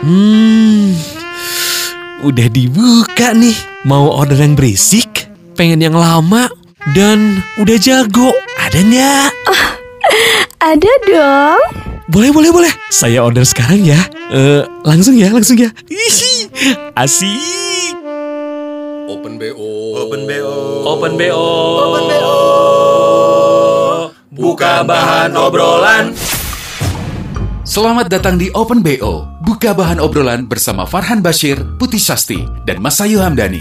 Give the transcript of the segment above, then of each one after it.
Udah dibuka nih. Mau order yang berisik, pengen yang lama, dan udah jago. Ada nggak? Ada dong. Boleh. Saya order sekarang ya. Langsung ya. Ih, asik. Open BO. Buka bahan obrolan. Selamat datang di Open BO. Buka bahan obrolan bersama Farhan Bashir, Putih Sasti, dan Masayu Hamdani.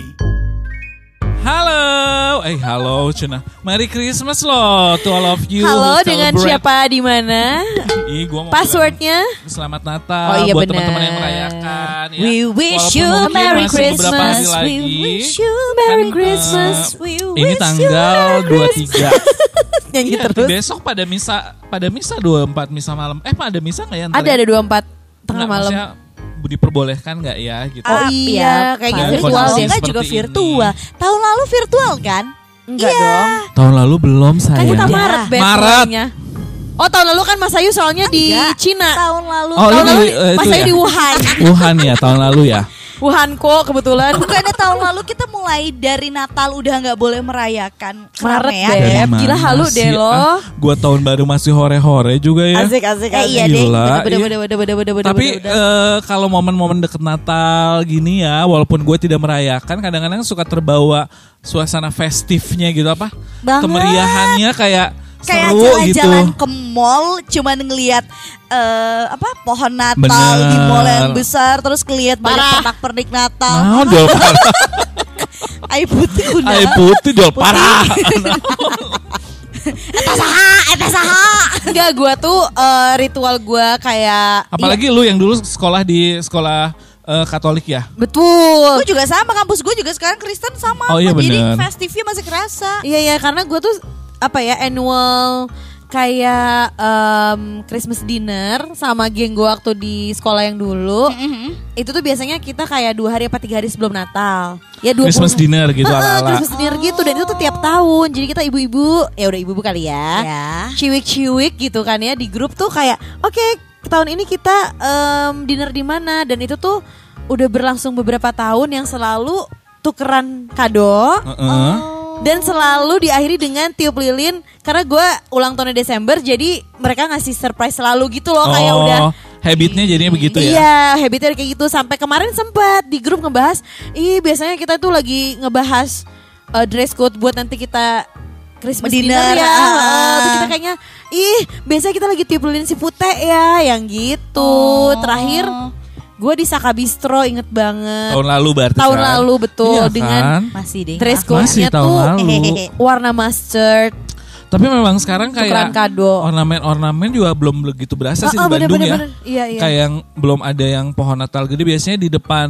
Halo, Cuna. Merry Christmas loh to all of you. Halo, dengan siapa di mana? Gua mau passwordnya? Selamat Natal Oh iya, buat bener. teman-teman yang merayakan. Ya. We wish Walaupun you mungkin Merry masih beberapa hari Christmas. lagi. We wish you Merry Kan, Christmas. We Ini wish tanggal you Merry 23. Nyanyi Iya, terus. besok pada misa 24 misa malam. Pada misa nggak ya? Ada 24 tengah malam. Maksudnya diperbolehkan nggak ya? Gitu. Oh iya, kayaknya Nah, virtual kondisi deh. Enggak juga seperti virtual. ini. Tahun lalu virtual kan? Enggak dong. Tahun lalu belum Kan saya. kita Maret Maret. besoknya. Oh, tahun lalu kan Mas Ayu soalnya di Enggak. Cina. Tahun lalu. Oh, Tahun ini lalu itu Mas Ayu ya? di Wuhan. Wuhan ya tahun lalu ya. Wuhan kok kebetulan. Bukannya tahun lalu kita mulai dari Natal udah nggak boleh merayakan Maret keramaian deh. ya? Dari Gila mana halu sih? deh lo. Gua tahun baru masih hore-hore juga ya. Asik. Iya deh. Gila. Bener. Tapi kalau momen-momen deket Natal gini ya, walaupun gue tidak merayakan, kadang-kadang suka terbawa suasana festifnya gitu apa? Banget. Kemeriahannya kayak Kayak seru gitu. jalan-jalan ke mall, cuman ngelihat pohon Natal Bener. di mall yang besar, terus ngelihat banyak pernak-pernik Natal. Nah, jual parah. Air putih udah. Air putih jual parah. Eta saha. Enggak, gue tuh ritual gue kayak Apalagi lu yang dulu sekolah di sekolah Katolik ya. betul. Gue juga sama, kampus gue juga sekarang Kristen sama. Oh iya, Jadi bener. festifnya masih kerasa. Iya karena gue tuh annual kayak Christmas dinner sama geng gue waktu di sekolah yang dulu. Itu tuh biasanya kita kayak 2 hari apa 3 hari sebelum Natal. Ya 20. Christmas dinner gitu ala-ala. Christmas dinner gitu, dan itu tuh tiap tahun. Jadi kita ibu-ibu, ya udah ibu-ibu kali ya. Ciwik-ciwik gitu kan ya di grup tuh kayak oke, tahun ini kita dinner di mana, dan itu tuh udah berlangsung beberapa tahun yang selalu tukeran kado. Dan selalu diakhiri dengan tiup lilin. Karena gue ulang tahunnya Desember, jadi mereka ngasih surprise selalu gitu loh. Kayak udah habitnya jadinya begitu ya. Iya, habitnya kayak gitu. Sampai kemarin sempat di grup ngebahas, biasanya kita tuh lagi ngebahas dress code buat nanti kita Christmas dinner ya. Terus kita kayaknya, biasanya kita lagi tiup lilin si Pute ya, yang gitu. Terakhir gue di Saka Bistro, inget banget. Tahun lalu berarti Tahun kan? lalu betul, Iya dengan kan? Masih deh. dress Masih code-nya tahun tuh lalu. warna mustard. Tapi memang sekarang Tukeran kayak kado. ornamen juga belum begitu berasa sih di Bandung ya. bener. Iya. Kayak yang belum ada yang pohon Natal gede, biasanya di depan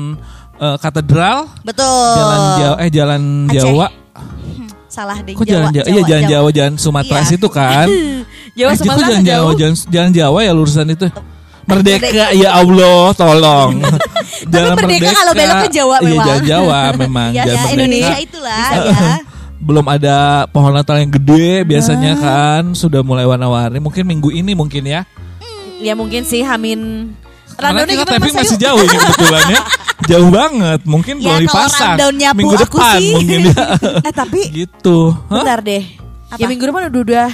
katedral, Betul. jalan Aceh. Jawa. Salah deh. Kok jalan Jawa? Iya, jalan Jawa, jalan Sumatera Iya. situ kan. Jawa Kok Sumatera jalan Jawa, jauh. jalan Jawa ya lurusan itu. Merdeka, ya Allah, tolong. Jalan Merdeka kalau belok ke Jawa Iya, memang. jalan Jawa memang. Ya, Jalan Merdeka. Indonesia itulah ya. Belum ada pohon Natal yang gede biasanya kan, sudah mulai warna-warni. Mungkin minggu ini mungkin ya. Ya mungkin sih Hamin. Karena Rundownnya kita gimana, tapping Mas Ayu? masih jauh ini kebetulan ya. Jauh banget, mungkin Ya, belum kalau dipasang. rundownnya Bu, Minggu aku depan sih. mungkin ya. Tapi Gitu. Hah? bentar deh. Ya minggu depan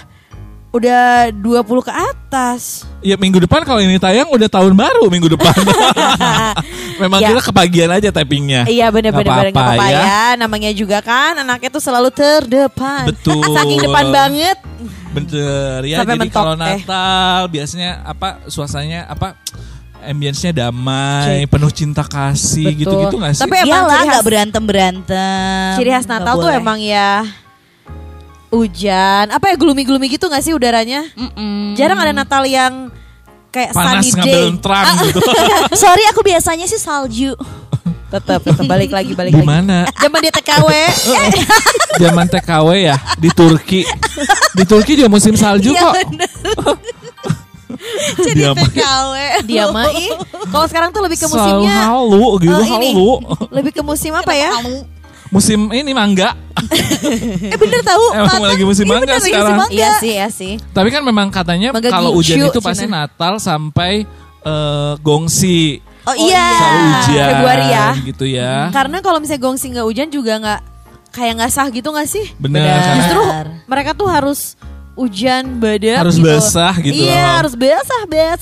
udah 20 ke atas. Ya minggu depan kalau ini tayang udah tahun baru minggu depan. Memang Ya. kita kebagian aja tappingnya. Iya bener-bener Nggak gak apa-apa ya. Namanya juga kan anaknya tuh selalu terdepan. Betul. Saking depan banget. Bener ya. Sampai Jadi mentok kalau teh. Natal biasanya suasananya ambience-nya damai, penuh cinta kasih, Betul. gitu-gitu gak sih? Tapi emang Iyalah, ciri nggak khas- berantem. Ciri khas Natal tuh emang ya hujan. Gloomy-gloomy gitu gak sih udaranya? Jarang ada Natal yang kayak panas sunny day. ngambil terang gitu. Sorry, aku biasanya sih salju. Tetap balik lagi. Di mana? Zaman dia TKW. Zaman TKW ya di Turki. Di Turki juga musim salju Iya kok. bener. Jadi Diam. TKW. Dia mah kalau sekarang tuh lebih ke musimnya halu gitu, ini. halu. lebih ke musim apa ya? Musim ini mangga. Bener tahu. Emang lagi musim mangga bener, lagi sekarang. musim mangga. Iya sih. Tapi kan memang katanya Mangga kalau gincu, hujan itu pasti Cina. Natal sampai gongsi. Oh iya. Selalu hujan. Februari ya. Gitu ya. Karena kalau misalnya gongsi nggak hujan juga nggak sah gitu nggak sih? Bener. Karena Justru mereka tuh harus hujan badak harus gitu. basah gitu. Iya harus basah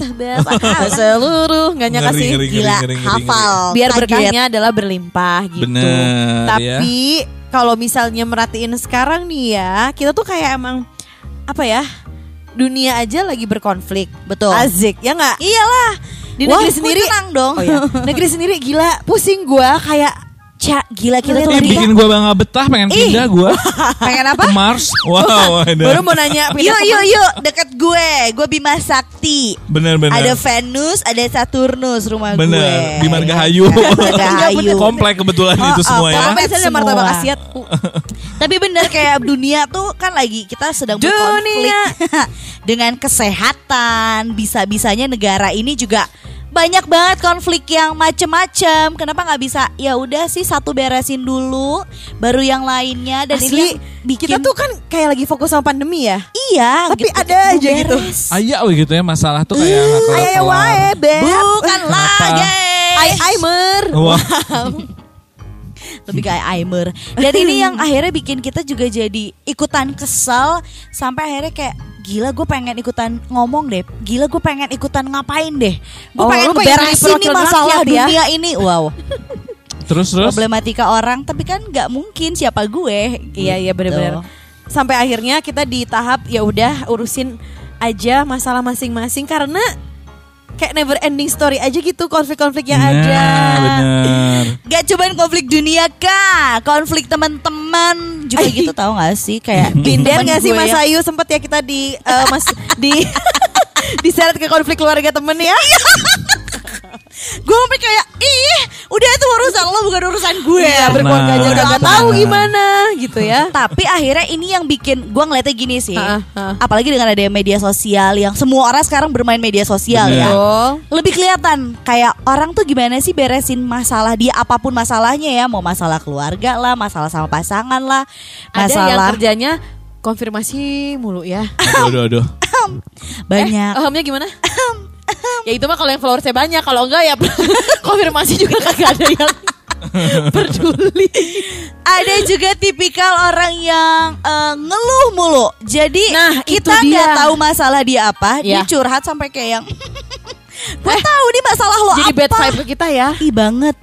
seluruh nggak nyangka sih. Gila, hafal. Biar Kaget. berkahnya adalah berlimpah gitu. Bener, Tapi kalau misalnya merhatiin sekarang nih ya, kita tuh kayak emang apa ya? Dunia aja lagi berkonflik. Betul. Asik ya nggak? Iyalah. Di Wah, negeri sendiri. tenang dong. Oh ya, negeri sendiri gila. Pusing gua kayak gila kita tuh Ih, bikin gue bangga betah, pengen pindah gue Pengen apa? ke Mars. Wow, baru mau nanya pindah Yuk deket gue Bima Sakti. Bener. Ada Venus, ada Saturnus rumah Bener, gue. di Margahayu. Margahayu. Komplek kebetulan itu semua ya. Kalau misalnya ada martabak Semua. Asiat. Tapi bener kayak dunia tuh kan lagi kita sedang berkonflik dengan kesehatan. Bisa-bisanya negara ini juga banyak banget konflik yang macem-macem. Kenapa nggak bisa? Ya udah sih satu beresin dulu, baru yang lainnya. Dan Asli ini bikin kita tuh kan kayak lagi fokus sama pandemi ya. iya. Tapi gitu, ada aja gitu. beres. Ayak gitu ya, masalah tuh kayak nggak Ayo kelar-kelar. wae beb. Bukan lagi. Aimer. Wah, Lebih kayak Aimer. Dan ini yang akhirnya bikin kita juga jadi ikutan kesel. Sampai akhirnya kayak gila gue pengen ikutan ngomong deh. Gila gue pengen ikutan ngapain deh. Gue Oh, pengen lu pengen jadi beresin nih perwakilan masalah rakyat ya? dunia ini. Wow. terus Problematika orang. Tapi kan gak mungkin siapa gue. Iya benar-benar. Sampai akhirnya kita di tahap ya udah urusin aja masalah masing-masing karena kayak never ending story aja gitu konflik-konflik yang ada. bener. Gak cuman konflik dunia kak, konflik teman-teman juga gitu, tahu gak sih kayak Binden temen gak sih gue Mas yang- Ayu sempet ya kita di diseret ke konflik keluarga temen ya. Gue sampai kayak udah itu urusan lo bukan urusan gue. Iya, berkeluarga aja Nah, udah gak benar. tahu gimana gitu ya. Tapi akhirnya ini yang bikin gue ngeliatnya gini sih. Ha. Apalagi dengan ada media sosial yang semua orang sekarang bermain media sosial Bener. ya. Betul. Lebih kelihatan kayak orang tuh gimana sih beresin masalah dia, apapun masalahnya ya. Mau masalah keluarga lah, masalah sama pasangan lah, Ada yang masalah kerjanya konfirmasi mulu ya. Aduh. banyak. Ahamnya gimana? Ya itu mah kalau yang followersnya banyak, kalau enggak ya konfirmasi juga kagak ada yang peduli. Ada juga tipikal orang yang ngeluh mulu. Jadi Nah, itu kita dia. nggak tahu masalah dia apa, dia Ya. curhat sampai kayak yang gue tahu nih masalah lo Jadi apa. bad vibe ke kita ya. Ih banget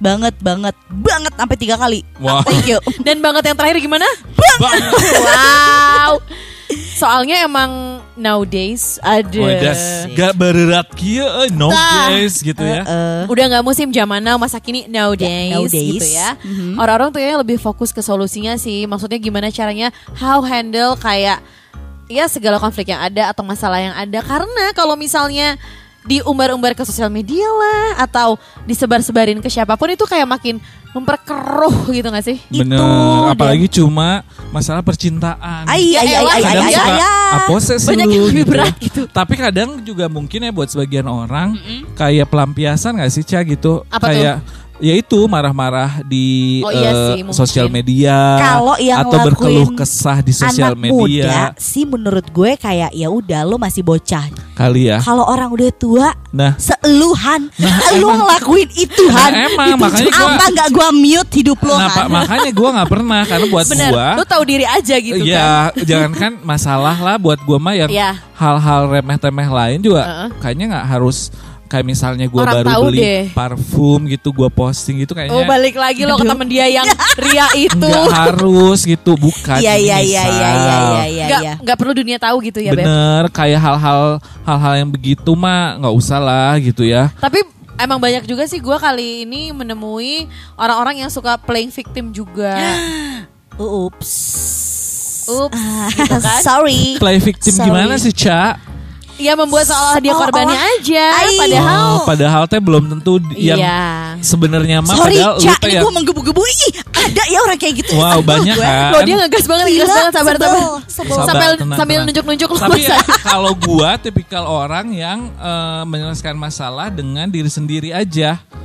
sampai 3 kali. Wow. Thank you. Dan banget yang terakhir gimana? Banget. Wow. Soalnya emang nowadays ada Wadas, gak berat kia, no guys gitu ya. udah nggak musim zaman now, masa kini nowadays, Nowadays. gitu ya. Orang-orang tuh ya lebih fokus ke solusinya sih. Maksudnya gimana caranya how handle kayak ya segala konflik yang ada atau masalah yang ada. Karena kalau misalnya diumbar-umbar ke sosial media lah atau disebar-sebarin ke siapapun itu kayak makin memperkeruh gitu gak sih? Bener, Itu, apalagi cuma masalah percintaan. Kadang suka apose sih Banyak lu yang lebih gitu berat ya. gitu. Tapi kadang juga mungkin ya buat sebagian orang kayak pelampiasan gak sih Ca gitu. Apa kayak ya itu marah-marah di Oh iya sih, mungkin. sosial media Kalau yang atau ngelakuin berkeluh kesah di sosial Anak muda media sih menurut gue kayak ya udah lo masih bocah. kali ya. Kalau orang udah tua, Nah, seeluhan, lu emang. ngelakuin itu Han. Nah, emang, Itu makanya gua- apa nggak gua mute hidup lo nah, Han? makanya gue nggak pernah karena buat Bener, gue lu tahu diri aja gitu kan. ya jangankan masalah lah buat gue mah yang Iya. hal-hal remeh-temeh lain juga Heeh. kayaknya nggak harus kayak misalnya gue Orang baru tahu beli deh. parfum gitu gue posting gitu kayaknya Oh balik lagi lo ke temen dia yang ria itu. nggak harus gitu bukan Iya ini iya iya misal. iya iya iya. Nggak perlu dunia tahu gitu ya Beb. bener kayak hal-hal yang begitu mah nggak usah lah gitu ya. Tapi emang banyak juga sih gue kali ini menemui orang-orang yang suka playing victim juga. Ups. Ups, gitu kan. Sorry. Play victim Sorry. gimana sih Ca? Ya membuat seolah dia korbannya aja. Ai. Padahal Padahal teh belum tentu yang iya. sebenarnya mah Sorry, padahal lu Cak, teh ini yang gue menggebu-gebu. Ih, ada ya orang kayak gitu. wow Aduh, banyak gue. kan. Loh dia ngegas banget, sabar. Sebel. Sabar, Sambil tenang, sambil tenang. nunjuk-nunjuk lu Tapi ya, saya. kalau gua tipikal orang yang menyelesaikan masalah dengan diri sendiri aja.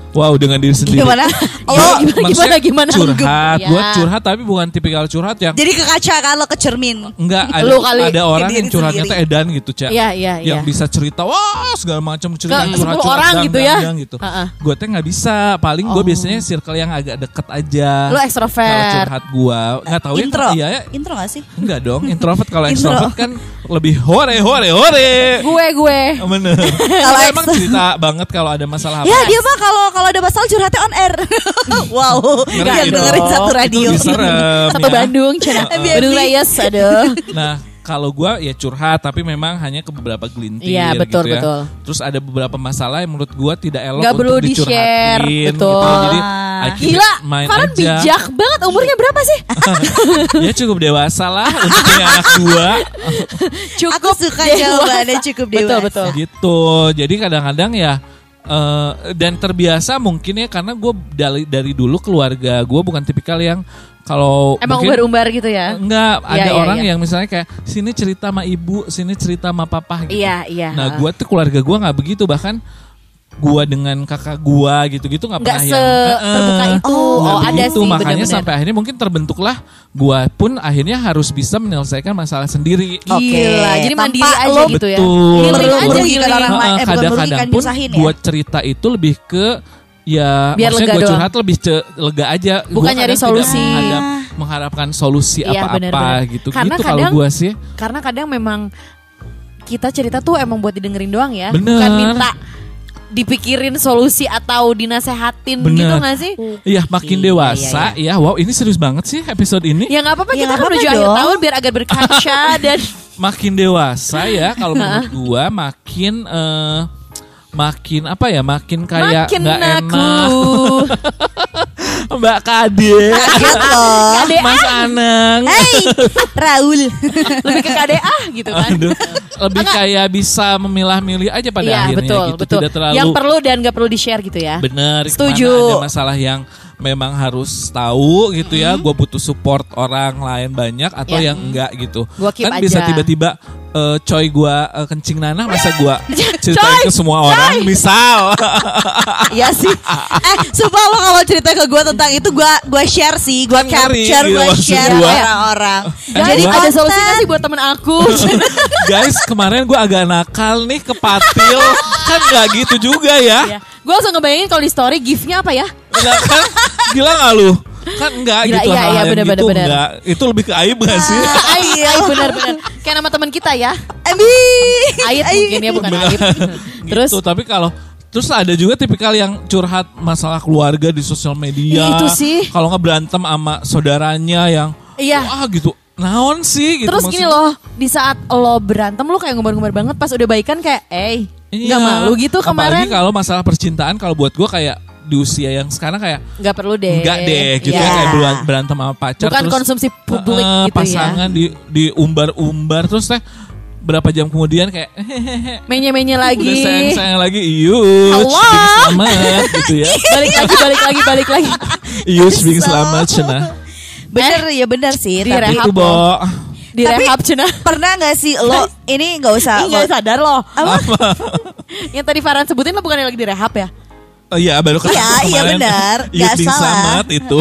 Wow, dengan diri sendiri. Gimana? Maksudnya gimana? curhat, Ya. gue curhat tapi bukan tipikal curhat yang Jadi ke kaca kan lo ke cermin. enggak Lu kali. ada orang Ke yang diri curhatnya sendiri. tuh edan gitu, Cak. Iya. Yang bisa cerita wah segala macam cerita Ke 10 curhat orang gitu ya. gitu. Heeh. Gue tuh nggak bisa, paling gue biasanya circle yang agak deket aja. Lu Kalau ekstrovert. curhat gue nggak tahu Intro. ya. Iya, Intro gak sih? enggak dong. Introvert kalau Intro. extrovert kan lebih hore. Gue. Bener. Kalau emang cerita banget kalau ada masalah apa. Ya dia mah kalau ada masalah curhatnya on air. Wow. Ngeri Yang dong. dengerin satu radio. Itu serem, Satu ya. Bandung, Cina. Bandung Reyes, aduh. Nah, kalau gue ya curhat tapi memang hanya ke beberapa gelintir Iya, betul, gitu ya. betul. Terus ada beberapa masalah yang menurut gue tidak elok Nggak untuk perlu di-share, dicurhatin betul. gitu. Jadi I keep Gila, it main Farhan aja. bijak banget. Umurnya berapa sih? Ya cukup dewasa lah untuk punya anak dua Aku suka jawabannya cukup dewasa. Betul. gitu. Jadi kadang-kadang ya dan terbiasa mungkin ya karena gue dari dulu keluarga gue bukan tipikal yang kalau Emang mungkin umbar-umbar gitu ya? enggak ada Iya, orang iya. yang misalnya kayak sini cerita sama ibu, sini cerita sama papa gitu. Iya. Nah, gue tuh keluarga gue nggak begitu, bahkan gue dengan kakak gue gitu-gitu nggak Nggak pernah terbuka itu. nggak Oh, ada begitu. sih, Makanya benar-benar. sampai akhirnya mungkin terbentuklah gue pun akhirnya harus bisa menyelesaikan masalah sendiri. Gila, jadi tanpa mandiri aja lo gitu ya. betul. Healing Perlu aja, merugikan healing. orang lain. Bukan Kadang-kadang merugikan, pun nyusahin ya. buat cerita itu lebih ke ya Biar maksudnya lega gue doang. curhat lebih lega aja. Bukan Gua nyari kadang tidak solusi. mengharapkan solusi Iya, apa-apa benar-benar. gitu. Karena Gitu kalau kadang- gue sih. Karena kadang memang kita cerita tuh emang buat didengerin doang ya. Bener. Bukan minta dipikirin solusi atau dinasehatin Bener. gitu gak sih? Iya makin dewasa ya. Wow ini serius banget sih episode ini. Ya gak apa-apa, Ya, kita nggak kan menuju apa-apa akhir dong. tahun biar agak berkaca dan Makin dewasa ya kalau menurut gua makin apa ya makin kayak makin nggak aku. enak. Mbak Kade, Kaget loh. KDA. Mas Anang. Hey, Raul. Lebih ke KDA gitu kan. Aduh, lebih kayak bisa memilah-milih aja pada Iya, akhirnya betul, gitu. betul. Tidak terlalu Yang perlu dan gak perlu di-share gitu ya. benar. Setuju. Mana ada masalah yang memang harus tahu gitu ya. Gue butuh support orang lain banyak atau Ya. yang enggak gitu. Gua keep Kan aja. bisa tiba-tiba coy gue kencing nanah masa gue ceritain ke semua orang misal. Iya sih. Sumpah lo kalau cerita ke gue tentang itu gue share sih, gue Kan ngeri capture, gitu gue maksud share gua. ke orang-orang. Guys, Jadi ada konten. solusi gak sih buat temen aku? Guys kemarin gue agak nakal nih ke patil. Kan gak gitu juga ya. Gue langsung ngebayangin kalau di story gift-nya apa ya? Nah, kan gila gak lu? Kan enggak Gila, gitu iya, hal-hal iya, yang bener, gitu bener. enggak. Itu lebih ke aib gak sih? Aib bener-bener. Kayak nama teman kita ya. Embi. Aib mungkin ya, bukan aib. Terus Gitu, tapi kalau terus ada juga tipikal yang curhat masalah keluarga di sosial media. Iya, itu sih. Kalau nggak berantem sama saudaranya yang Iya. wah gitu. Naon sih gitu. Terus gini maksudnya. loh, di saat lo berantem lo kayak ngumbar-ngumbar banget, pas udah baikan kayak, Iya. nggak malu gitu kemarin. Apalagi kalau masalah percintaan kalau buat gue kayak di usia yang sekarang kayak Nggak perlu deh. enggak deh gitu Iya. ya kayak berantem sama pacar Bukan terus konsumsi publik gitu ya. pasangan diumbar-umbar terus teh berapa jam kemudian kayak Menye-menye udah lagi. sayang-sayang lagi ius Allah. bikin selamat gitu ya. balik lagi. Ius bikin selamat cenah. Bener ya bener sih. Di Tapi rehab Itu Bo. Di Tapi- rehab cina. pernah gak sih lo ini nggak usah Ih, nggak sadar lo. Apa? Yang tadi Farhan sebutin lo bukannya lagi di rehab ya? Oh iya baru ketemu Iya, iya kemarin. benar. Ius Nggak bikin salah. selamat itu.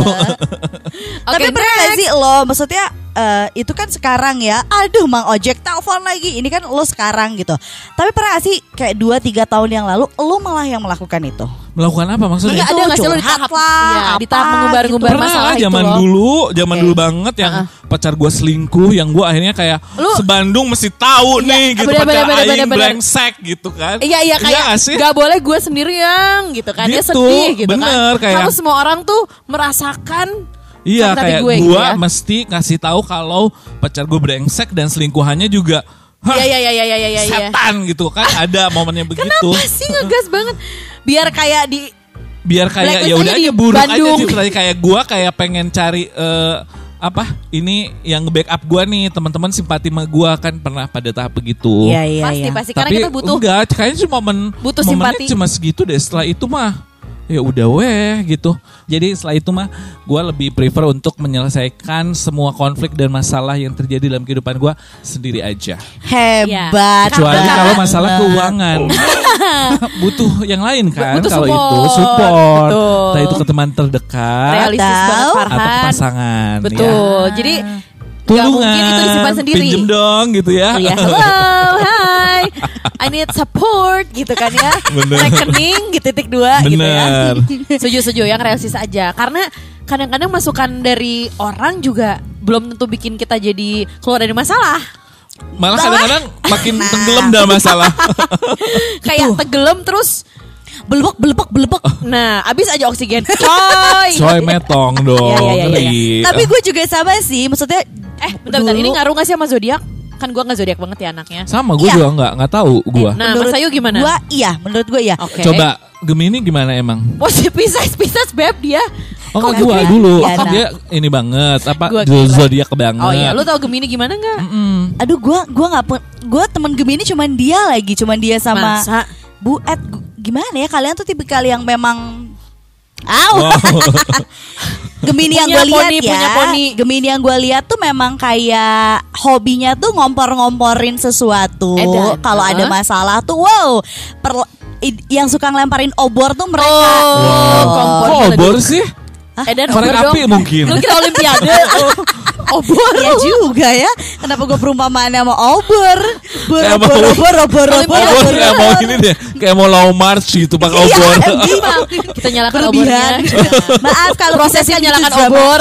Tapi pernah gak sih lo, maksudnya itu kan sekarang ya, aduh Mang Ojek telepon lagi, ini kan lo sekarang gitu. Tapi pernah gak sih kayak 2-3 tahun yang lalu lo malah yang melakukan itu? Melakukan apa maksudnya? Enggak ada nggak sih lo di curhat tahap lah, iya, di tahap apa mengumbar-ngumbar Pernah masalah lah itu zaman loh. dulu banget yang pacar gue selingkuh, yang gue akhirnya kayak Lu- sebandung mesti tahu nih gitu bener, pacar bener, aing bener. brengsek gitu kan. Iya kayak nggak sih? gak boleh gue sendiri yang gitu kan. Dia Gitu, sedih gitu bener, kan. kayak- Harus semua orang tuh merasakan Iya sakit hati kayak gue gue gitu ya. mesti ngasih tahu kalau pacar gue brengsek dan selingkuhannya juga hah, Iya. setan gitu kan ada momennya begitu. Kenapa sih ngegas banget? Biar kayak di Biar kayak Blacklist ya udah aja di aja buruk aja Bandung. sih ceritanya. Kayak gue kayak pengen cari apa ini yang nge-backup gue nih teman-teman simpati sama gue kan pernah pada tahap begitu. Iya. pasti karena Tapi kita butuh enggak, kayaknya cuma Butuh momennya simpati. cuma segitu deh. Setelah itu mah ya udah weh gitu. Jadi setelah itu mah gue lebih prefer untuk menyelesaikan semua konflik dan masalah yang terjadi dalam kehidupan gue sendiri aja. Hebat. Kecuali banget. kalau masalah keuangan butuh yang lain kan. Butuh Kalau support. itu support, Betul. entah itu ke teman terdekat Realistis banget atau Farhan. ke pasangan. Betul. Ya. Jadi Tulungan, gak mungkin itu disimpan sendiri. pinjem dong gitu ya. Iya, hello, hi, I need support gitu kan ya. Bener. Rekening gitu *2 gitu ya. Setuju yang realistis aja. Karena kadang-kadang masukan dari orang juga belum tentu bikin kita jadi keluar dari masalah. Malah kadang-kadang makin tenggelam dalam masalah. Kayak tenggelam terus Belebek. nah abis aja oksigen. Coy Metong dong. Iya. ngeri. Tapi gue juga sama sih, maksudnya bentar, dulu- ini ngaruh gak sih sama zodiak? Kan gue gak zodiak banget ya anaknya. Sama gue Iya. juga nggak tahu gue. Nah, Mas Ayu gimana? Menurut gue iya. Oke. Coba Gemini gimana emang? Wah, Pisces beb dia. Oh Kok gue gue? dulu, Iya, nah. dia ini banget apa Gua kira. zodiak banget. Oh iya, lu tau Gemini gimana gak? Aduh, gue temen Gemini cuman dia sama Masa? Bu Ed. Gimana ya, kalian tuh tipikal yang memang Wow. Gemini yang Punya gue lihat poni, ya, punya poni. Gemini yang gue lihat tuh memang kayak hobinya tuh ngompor-ngomporin sesuatu. Edan. Kalau ada masalah tuh, wow, yang suka ngelemparin obor tuh mereka. Kompor. Kok obor sih? Dan Korek obor api dong. mungkin. Lu kira olimpiade? Obor. Ya juga ya. Kenapa gue perumpamaan sama obor? Kayak mau- Obor. Obor kayak mau ini deh, kayak mau law march gitu pakai Iya, obor. Kita nyalakan Berlebihan. obornya. Maaf kalau Prosesnya misalkan nyalakan itu drama. obor.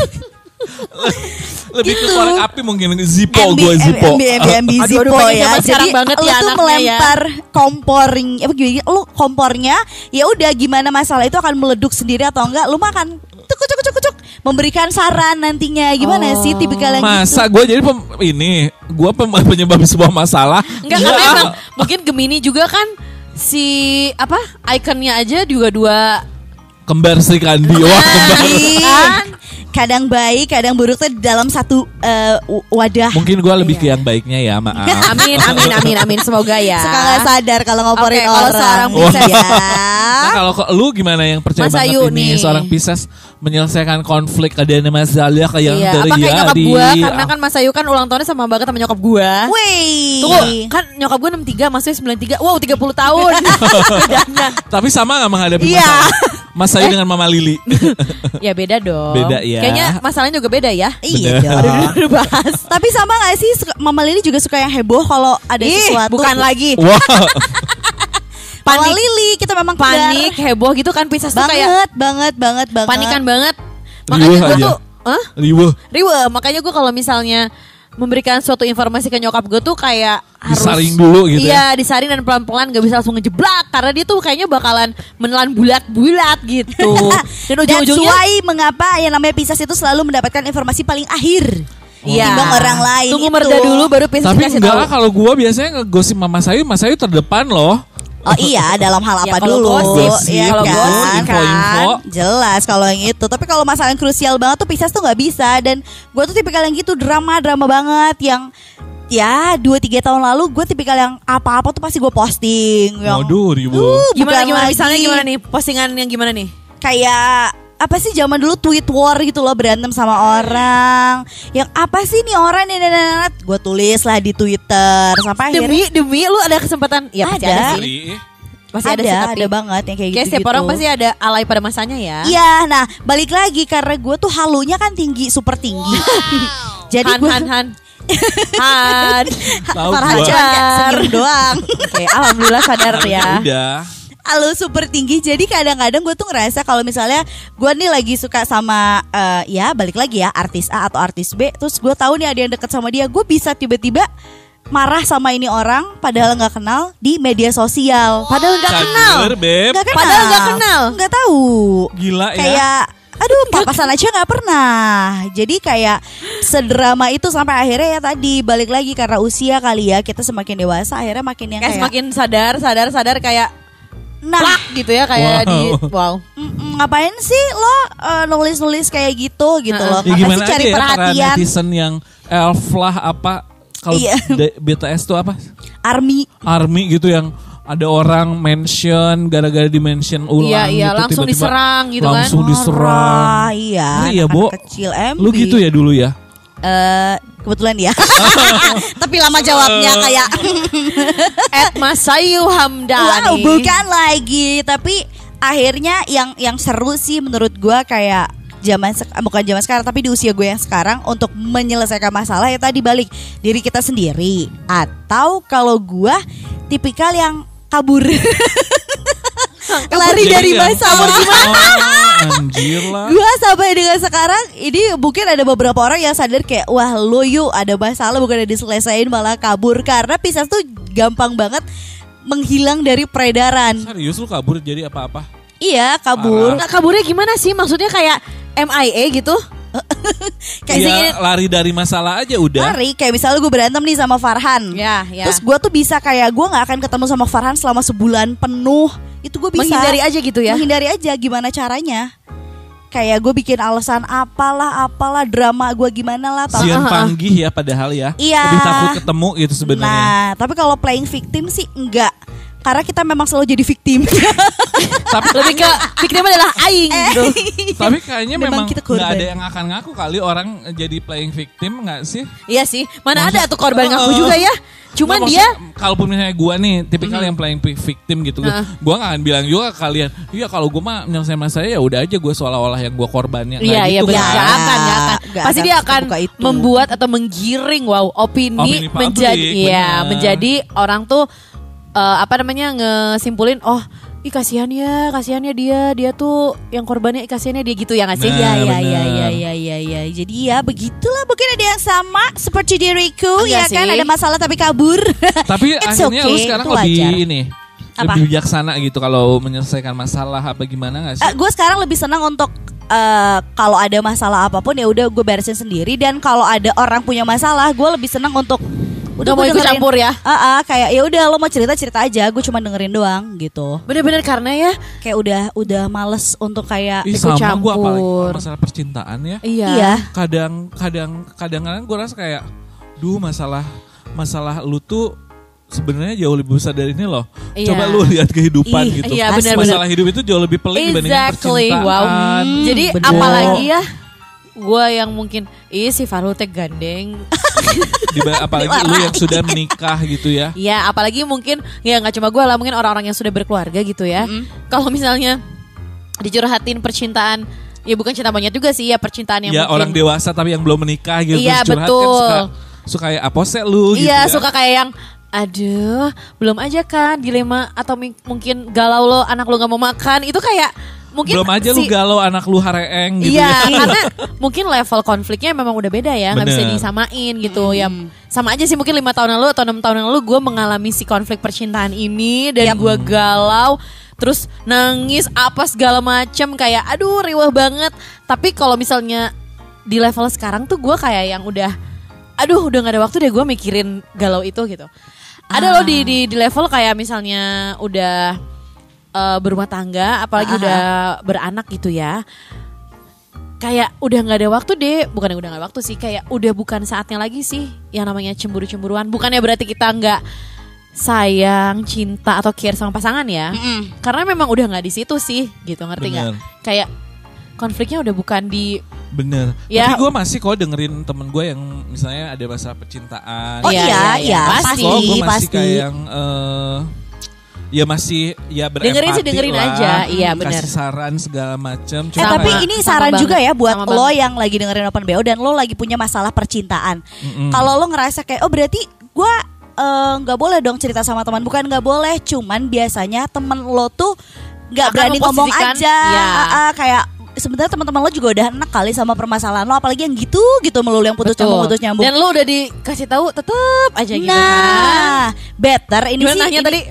Lebih ke Gitu. korek api mungkin Zippo gue Zippo. MB Aduh, Zippo pengen ya. zaman sekarang Jadi banget lu ya tuh anaknya melempar komporing apa gimana? Lu kompornya ya udah gimana masalah itu akan meleduk sendiri atau enggak? Lu makan cuk memberikan saran nantinya gimana sih tipikal yang Masa gitu. gue jadi gue penyebab sebuah masalah? Enggak, karena emang mungkin Gemini juga kan si apa ikonnya aja juga dua. Kembar Sri Kandi. Wah, kembar. Kan? Kadang baik, kadang buruk tuh dalam satu wadah. Mungkin gue lebih ke yang baiknya ya, maaf. Amin. Semoga ya. Suka nggak sadar kalau ngomporin Oke, kalau orang. seorang Pisces ya. Nah kalau lu gimana yang percaya Mas banget Ayu ini nih. seorang Pisces menyelesaikan konflik ada masalah kayak yang Iya, terjadi. apa kayak nyokap gue? Karena kan Mas Ayu kan ulang tahunnya sama banget sama nyokap gue. Wih. Tunggu, kan nyokap gue 63, Mas Ayu 93. Wow, 30 tahun. Bedanya. Tapi sama gak menghadapi Iya. masalah? Mas Ayu dengan Mama Lili. Ya beda dong. Beda ya. Kayaknya masalahnya juga beda ya. Iya Bener. dong. Udah bahas. Tapi sama gak sih Mama Lili juga suka yang heboh kalau ada sesuatu. bukan lagi. Wah, Mama Lili kita memang Panik, heboh gitu kan Pisces tuh kayak banget. panikan banget. Riweuh Makanya gue aja. tuh, riweuh. riweuh. Makanya gue kalau misalnya memberikan suatu informasi ke nyokap gue tuh kayak harus Disaring dulu gitu ya. Iya, disaring dan pelan-pelan, gak bisa langsung ngejeblak karena dia tuh kayaknya bakalan menelan bulat-bulat gitu. Dan Dan ujung-ujungnya sesuai mengapa yang namanya Pisces itu selalu mendapatkan informasi paling akhir. iya. Ketimbang orang lain Tunggu itu. mereda dulu baru Pisces Tapi kasih enggak tahu. lah kalau gue biasanya ngegosip Mas Ayu terdepan loh. Oh iya, dalam hal Ya, apa kalau dulu? gosip, ya kalau kan? gosip info-info. Jelas kalau yang itu. Tapi kalau masalah yang krusial banget tuh Pisces tuh nggak bisa. Dan gue tuh tipikal yang gitu, drama banget yang ya 2-3 tahun lalu gue tipikal yang apa-apa tuh pasti gue posting. Yang, Waduh, riweuh. Gimana bukan lagi. misalnya gimana nih postingan yang gimana nih? Kayak apa sih zaman dulu tweet war gitu loh, berantem sama orang. Yang apa sih nih orang nih, gue tulis lah di Twitter sampai akhirnya Demi lu ada kesempatan? Ya pasti ada Ada. sih. Pasti ada sih tapi. ada banget yang kayak Kayak gitu. setiap orang pasti ada alay pada masanya ya. Iya, nah balik lagi karena gue tuh halunya kan tinggi, super tinggi. Jadi gue Han. Tahu Farhan gua. cuman kayak senyum doang. Oke, alhamdulillah sadar ya. Udah. Halo super tinggi. Jadi kadang-kadang gue tuh ngerasa kalau misalnya gue nih lagi suka sama ya balik lagi ya artis A atau artis B, terus gue tahu nih ada yang deket sama dia, gue bisa tiba-tiba marah sama ini orang padahal nggak kenal di media sosial. Padahal nggak kenal. Cager, Beb. Nggak kenal. Padahal nggak kenal. Nggak tahu. Gila ya. Kayak aduh papasan aja nggak pernah. Jadi kayak sedrama itu sampai akhirnya ya tadi balik lagi karena usia kali ya, kita semakin dewasa akhirnya makin yang Kayak kayak semakin sadar kayak nah plak gitu ya kayak Wow. di wow. ngapain sih lo nulis-nulis kayak gitu loh. Ya Apa gimana sih cari aja ya para perhatian netizen yang elf lah apa kalau Iya. BTS tuh apa? army Army gitu yang ada orang mention gara-gara di mention ulang Iya, gitu, langsung tiba-tiba diserang gitu kan. langsung diserang. Iya, Iya, Bo. anak kecil MB. Lu gitu ya dulu ya? Kebetulan ya. Tapi lama jawabnya kayak Masayu Hamdani. wow, bukan lagi. Tapi akhirnya yang seru sih menurut gua kayak bukan zaman sekarang tapi di usia gue yang sekarang untuk menyelesaikan masalah ya tadi balik diri kita sendiri, atau kalau gua tipikal yang kabur. Lari dari masalah. Anjir lah. Gua sampai dengan sekarang ini mungkin ada beberapa orang yang sadar kayak wah lo yuk ada masalah bukan diselesain malah kabur, karena Pisces tuh gampang banget menghilang dari peredaran. Serius lu kabur jadi apa-apa? Iya kabur. Nah, kaburnya gimana sih? Maksudnya kayak MIA gitu? Kayak Iya, sih lari dari masalah aja udah. lari kayak misalnya gue berantem nih sama Farhan. Ya. Terus gue tuh bisa kayak gue nggak akan ketemu sama Farhan selama sebulan penuh. Itu gue bisa menghindari aja gitu ya. menghindari aja. Gimana caranya? Kayak gue bikin alasan apalah drama gue gimana lah. Sian panggih ya padahal ya. Iya. Lebih takut ketemu gitu sebenarnya. Nah, tapi kalau playing victim sih enggak. Karena kita memang selalu jadi victim. Tapi Lebih ke victimnya adalah aing gitu. Tapi kayaknya Memang memang kita nggak korban. ada yang akan ngaku kali orang jadi playing victim nggak sih? Iya sih. Mana ada tuh korban ngaku juga ya. Cuman Nggak, dia maksudnya, kalaupun misalnya gue nih tipikal yang playing victim gitu, gue nggak akan bilang juga ke kalian, iya kalau gue mah menyelesaikan masalah ya udah aja gue seolah-olah yang gue korbannya. Iya gitu benar. kan. Gak akan. Nggak Pasti akan dia akan seterbuka itu. membuat atau menggiring opini publik, menjadi benar. menjadi orang tuh ngesimpulin ih kasihan ya dia tuh yang korbannya kasihannya dia gitu ya nggak sih? Nah, Iya. Jadi ya begitulah, mungkin ada yang sama seperti diriku Iya ya kan, sih. ada masalah tapi kabur. Tapi It's akhirnya lu okay, sekarang itu lebih wajar. ini, Apa? lebih bijaksana gitu kalau menyelesaikan masalah apa gimana nggak sih? Gue sekarang lebih senang untuk kalau ada masalah apapun ya udah gue beresin sendiri, dan kalau ada orang punya masalah gue lebih senang untuk Udah mau ikut dengerin. campur ya? Kayak ya udah lo mau cerita aja, gue cuma dengerin doang gitu. Bener-bener karena ya Kayak udah males untuk kayak Ih, ikut sama gue apalagi campur. kalau masalah percintaan ya. iya. Kadang-kadang gue rasa kayak, masalah lu tuh sebenarnya jauh lebih besar dari ini loh. Iya. Coba lu lihat kehidupan Ih, gitu. iya, benar-benar. Masalah hidup itu jauh lebih pelik dibandingin Exactly. percintaan. Wow. Jadi bener. apalagi ya gue yang mungkin si Farul teh gandeng. Apalagi lu yang sudah menikah gitu ya. Ya apalagi mungkin ya nggak cuma gue lah, mungkin orang-orang yang sudah berkeluarga gitu ya. Kalau misalnya dicurhatin percintaan, ya bukan cinta monyet juga sih ya, percintaan yang Ya mungkin orang dewasa tapi yang belum menikah gitu. Iya, terus curhat betul. kan suka kayak apose lu gitu iya ya. suka kayak yang aduh belum aja kan dilema atau mungkin galau lo anak lo nggak mau makan, itu kayak mungkin Belum aja lu galau anak lu hareeng gitu iya, ya. karena mungkin level konfliknya memang udah beda ya, nggak bisa Bener. disamain gitu. Ya sama aja sih, mungkin 5 tahun lalu atau 6 tahun lalu gue mengalami si konflik percintaan ini dan gue galau, terus nangis apa segala macem, kayak aduh riwah banget. Tapi kalau misalnya di level sekarang tuh gue kayak yang udah nggak ada waktu deh gue mikirin galau itu gitu. Ada loh di level kayak misalnya udah berumah tangga, apalagi udah beranak gitu ya, kayak udah nggak ada waktu deh. Bukan udah nggak ada waktu sih, kayak udah bukan saatnya lagi sih yang namanya cemburu-cemburuan. Bukannya berarti kita nggak sayang, cinta atau care sama pasangan ya, karena memang udah nggak di situ sih gitu, ngerti nggak? Bener. Kayak konfliknya udah bukan di Bener. Ya. Tapi gue masih kok dengerin temen gue yang misalnya ada masalah percintaan. Oh Iya, iya, pasti. Kok gue masih pasti. kayak yang ya masih ya berempati dengerin lah, aja. Iya, bener. kasih saran segala macam. Sama. Tapi ini Sama saran banget. juga ya buat Sama lo banget. yang lagi dengerin Open BO dan lo lagi punya masalah percintaan. Kalau lo ngerasa kayak berarti gue nggak boleh dong cerita sama teman. Bukan nggak boleh, cuman biasanya temen lo tuh nggak Akan berani ngomong memposisikan, aja. ya. Kayak sebenarnya teman-teman lo juga udah enak kali sama permasalahan lo, apalagi yang gitu melulu yang putus nyambung. Dan lu udah dikasih tahu tetep aja gitu kan. Nah, better ini Gimana sih. nanya tadi?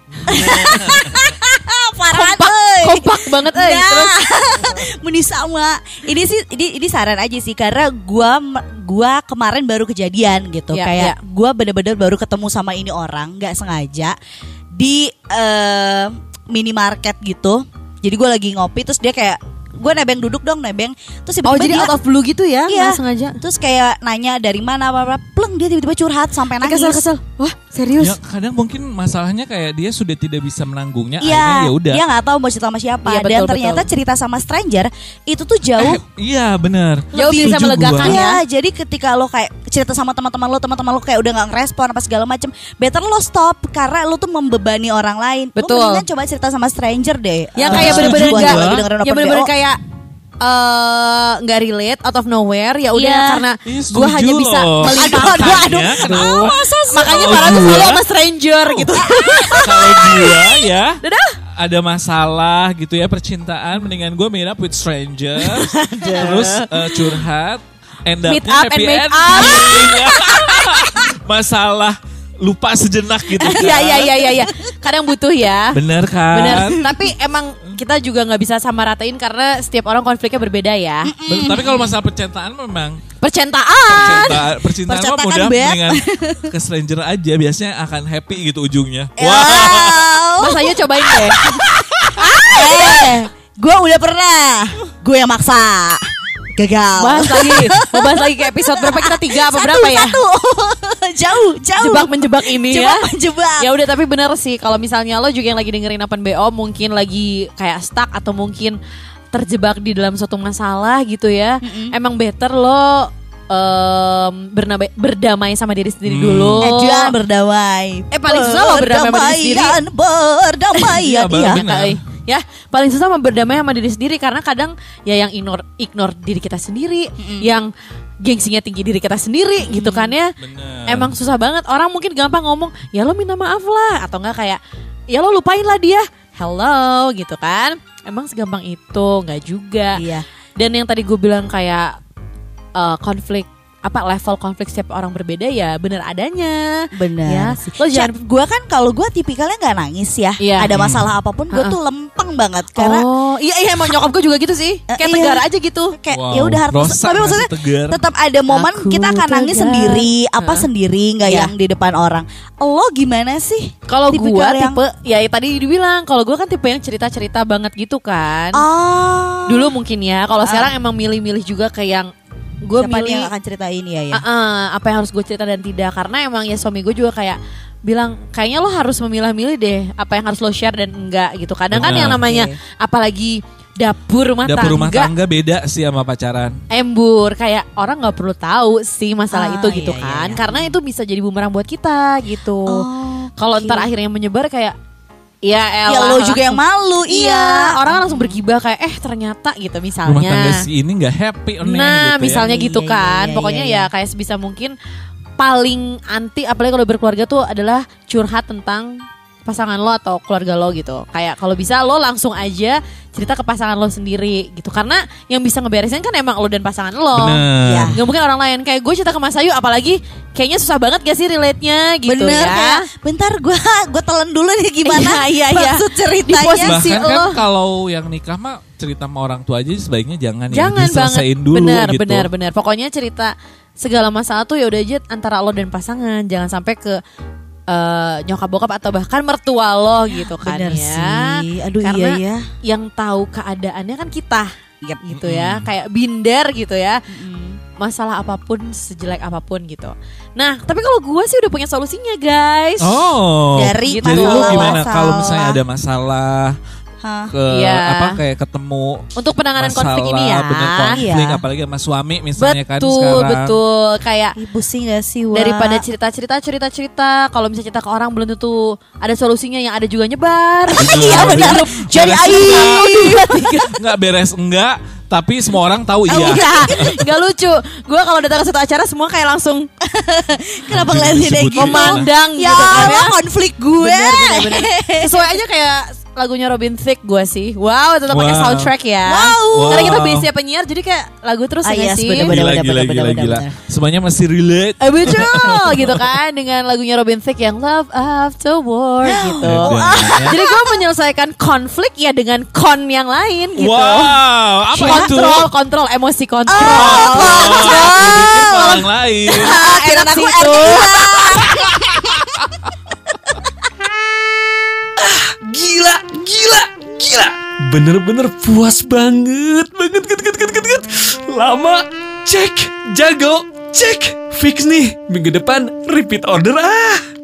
Farhan, Kompak banget terus. Meni sama. Ini sih ini saran aja sih, karena gua kemarin baru kejadian gitu. Ya, Kayak ya. gua bener-bener baru ketemu sama ini orang nggak sengaja di minimarket gitu. Jadi gua lagi ngopi terus dia kayak gue nebeng duduk dong nebeng. Terus Oh tiba-tiba jadi dia out of blue gitu ya? Iya. Nggak sengaja. Terus kayak nanya dari mana apa pleng dia tiba-tiba curhat sampai nangis. Kesel. Wah serius? Ya kadang mungkin masalahnya kayak dia sudah tidak bisa menanggungnya, Iya, akhirnya ya udah. dia nggak tahu mau cerita sama siapa. Iya, Dan betul, ternyata betul. cerita sama stranger itu tuh jauh. Iya benar. Jauh bisa Setuju melegakan gua. ya. Iya, jadi ketika lo kayak cerita sama teman-teman lo kayak udah nggak ngerespon apa segala macem, better lo stop karena lo tuh membebani orang lain. Betul. Lo mendingan coba cerita sama stranger deh. Yang Eh, kayak bener-bener gua nggak, lagi dengerin yang open bener-bener BO. kayak nggak relate, out of nowhere. Ya udah Iya. karena Ih, gue setuju hanya bisa loh. melimpahkannya. Aduh. Makanya Kalau Farhan tuh gua- selalu sama stranger gitu. Kalau gua ya Dadah. ada masalah gitu ya percintaan, mendingan gue meet up with stranger, terus curhat, end up-nya Meet up and happy make end. up. Masalah lupa sejenak gitu kan. Iya. Kadang butuh ya. Bener kan? Bener. Tapi emang kita juga nggak bisa sama ratain karena setiap orang konfliknya berbeda ya. Tapi kalau masalah percintaan memang Percintaan. percintaan mah Percetakan mudah bet. mendingan ke stranger aja, biasanya akan happy gitu ujungnya. Wow. Mas Ayu cobain deh. Gue udah pernah. Gue yang maksa. Gagal. Mau bahas lagi ke episode berapa kita 3 apa berapa ya? Satu. Jauh. Jebak menjebak ini ya. Menjebak. Ya udah tapi bener sih kalau misalnya lo juga yang lagi dengerin Open BO mungkin lagi kayak stuck atau mungkin terjebak di dalam suatu masalah gitu ya. Emang better lo berdamai sama diri sendiri dulu. Jangan berdamai. Paling susah lo berdamai sama diri sendiri. Berdamaian. Iya, Iya. benar. Ya paling susah berdamai sama diri sendiri karena kadang ya yang ignore diri kita sendiri, yang gengsinya tinggi diri kita sendiri gitu kan ya. Bener. Emang susah banget. Orang mungkin gampang ngomong ya lo minta maaf lah atau enggak kayak ya lo lupain lah dia. Hello gitu kan. Emang segampang itu? Enggak juga. Iya. Dan yang tadi gue bilang kayak konflik level konflik setiap orang berbeda ya bener adanya. Bener. Ya, lo jangan Gue kan kalau gue tipikalnya nggak nangis ya. Iya. Ada masalah apapun gue tuh lempeng banget karena iya emang nyokap gue juga gitu sih. Kayak iya. tegar aja gitu. kayak Wow, ya udah harus. rosak Tapi maksudnya masih tegar. tetap ada momen Aku kita akan nangis tegar. sendiri, sendiri nggak Iya. yang di depan orang. Lo gimana sih? Kalau gue Tipikal yang- tipe ya tadi dibilang kalau gue kan tipe yang cerita-cerita banget gitu kan. Oh. Dulu mungkin ya. Kalau sekarang emang milih-milih juga kayak yang gue Siapa nih milih yang akan ceritain ya. apa yang harus gue cerita dan tidak, karena emang ya suami gue juga kayak bilang kayaknya lo harus memilah-milih deh apa yang harus lo share dan enggak gitu. Kadang kan Benar. yang namanya apalagi dapur rumah Dapur rumah tangga tangga beda sih sama pacaran. embur, kayak orang nggak perlu tahu sih masalah itu gitu iya, kan. iya. Karena itu bisa jadi bumerang buat kita gitu. Kalau oke. ntar akhirnya menyebar kayak ya Ya elah, lo juga yang malu. Iya, orang kan langsung bergibah kayak ternyata gitu Rumah tangga misalnya. si ini nggak happy nih Nah, gitu ya. misalnya gitu Iya, kan. iya, Pokoknya iya, ya kayak sebisa mungkin paling anti apalagi kalau berkeluarga tuh adalah curhat tentang pasangan lo atau keluarga lo gitu. Kayak kalau bisa lo langsung aja cerita ke pasangan lo sendiri gitu. Karena yang bisa ngeberesin kan emang lo dan pasangan lo. Bener. Ya. Gak mungkin orang lain. Kayak gue cerita ke Mas Ayu apalagi kayaknya susah banget gak sih relate-nya gitu Bener ya. kayak, bentar gue telan dulu nih gimana Iya. maksud Di ceritanya. posisi Bahkan kan lo. kalau yang nikah mah cerita sama orang tua aja sebaiknya jangan ya. Jangan banget. Diselesain dulu gitu. Benar. Pokoknya cerita segala masalah tuh ya udah aja antara lo dan pasangan. Jangan sampai ke nyokap bokap atau bahkan mertua lo gitu kan. Bener ya. sih. Aduh, Karena iya ya. yang tahu keadaannya kan kita. Gitu ya. Kayak binder gitu ya. Masalah apapun sejelek apapun gitu. Nah, tapi kalau gue sih udah punya solusinya, guys. Oh. Dari Jadi lu masalah- gimana kalau masalah. misalnya ada masalah Hah? ke Iya. kayak ketemu Untuk penanganan konflik ini ya. bener konflik Iya. apalagi sama suami misalnya kan Betul, sekarang. betul. Kayak Ibu sih gak sih Wak? daripada cerita kalau misalnya cerita ke orang belum tentu ada solusinya, yang ada juga nyebar. Iya benar. Jadi Beres aib. Enggak beres enggak, tapi semua orang tahu Iya, iya. nggak lucu. Gue kalau datang ke satu acara semua kayak langsung Kenapa Jadi ngeliatin kayak disebutin gitu? memandang Ya gitu kan ya. Allah konflik gue. Bener. Sesuai aja kayak lagunya Robin Thicke gue sih. Wow, tetap pakai Wow. soundtrack ya. Wow. Karena kita base penyiar jadi kayak lagu terus Ah, ya yes, sih. bener. Gila. Semuanya masih relate. Betul gitu kan dengan lagunya Robin Thicke yang Love After War gitu. Edan, Jadi gue menyelesaikan konflik ya dengan kon yang lain gitu. Wow, apa itu? Kontrol emosi kontrol. Orang lain. Enak sih aku itu. Gila. bener-bener puas banget. Lama, cek. Jago, cek. Fix nih, minggu depan repeat order